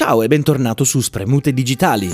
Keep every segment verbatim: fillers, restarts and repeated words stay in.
Ciao e bentornato su Spremute Digitali.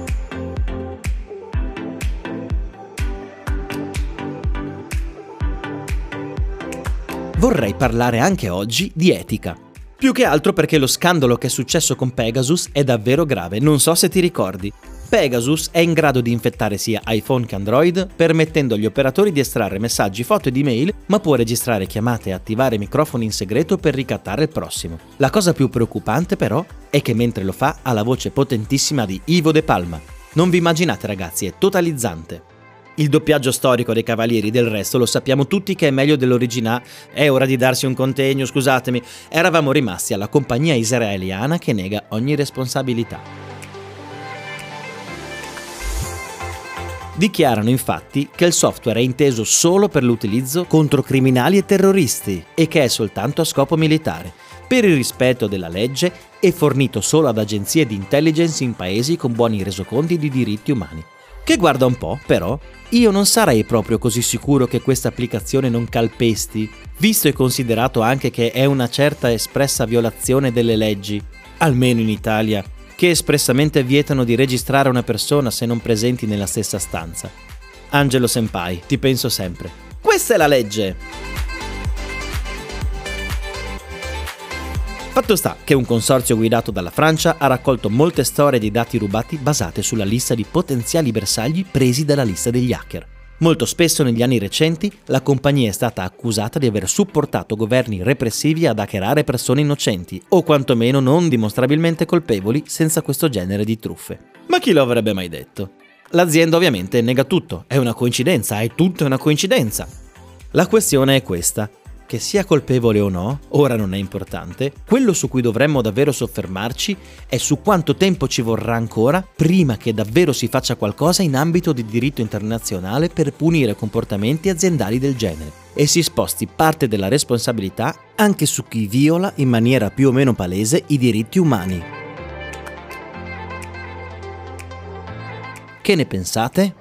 Vorrei parlare anche oggi di etica. Più che altro perché lo scandalo che è successo con Pegasus è davvero grave, non so se ti ricordi. Pegasus è in grado di infettare sia iPhone che Android, permettendo agli operatori di estrarre messaggi, foto ed email, ma può registrare chiamate e attivare microfoni in segreto per ricattare il prossimo. La cosa più preoccupante però è che mentre lo fa ha la voce potentissima di Ivo De Palma. Non vi immaginate ragazzi, è totalizzante. Il doppiaggio storico dei Cavalieri del resto lo sappiamo tutti che è meglio dell'originale, è ora di darsi un contegno, scusatemi, eravamo rimasti alla compagnia israeliana che nega ogni responsabilità. Dichiarano infatti che il software è inteso solo per l'utilizzo contro criminali e terroristi e che è soltanto a scopo militare, per il rispetto della legge e fornito solo ad agenzie di intelligence in paesi con buoni resoconti di diritti umani. Che guarda un po', però, io non sarei proprio così sicuro che questa applicazione non calpesti, visto e considerato anche che è una certa espressa violazione delle leggi, almeno in Italia, che espressamente vietano di registrare una persona se non presenti nella stessa stanza. Angelo Senpai, ti penso sempre. Questa è la legge! Fatto sta che un consorzio guidato dalla Francia ha raccolto molte storie di dati rubati basate sulla lista di potenziali bersagli presi dalla lista degli hacker. Molto spesso negli anni recenti la compagnia è stata accusata di aver supportato governi repressivi ad hackerare persone innocenti o quantomeno non dimostrabilmente colpevoli senza questo genere di truffe. Ma chi lo avrebbe mai detto? L'azienda ovviamente nega tutto, è una coincidenza, è tutto una coincidenza. La questione è questa. Che sia colpevole o no, ora non è importante, quello su cui dovremmo davvero soffermarci è su quanto tempo ci vorrà ancora prima che davvero si faccia qualcosa in ambito di diritto internazionale per punire comportamenti aziendali del genere e si sposti parte della responsabilità anche su chi viola in maniera più o meno palese i diritti umani. Che ne pensate?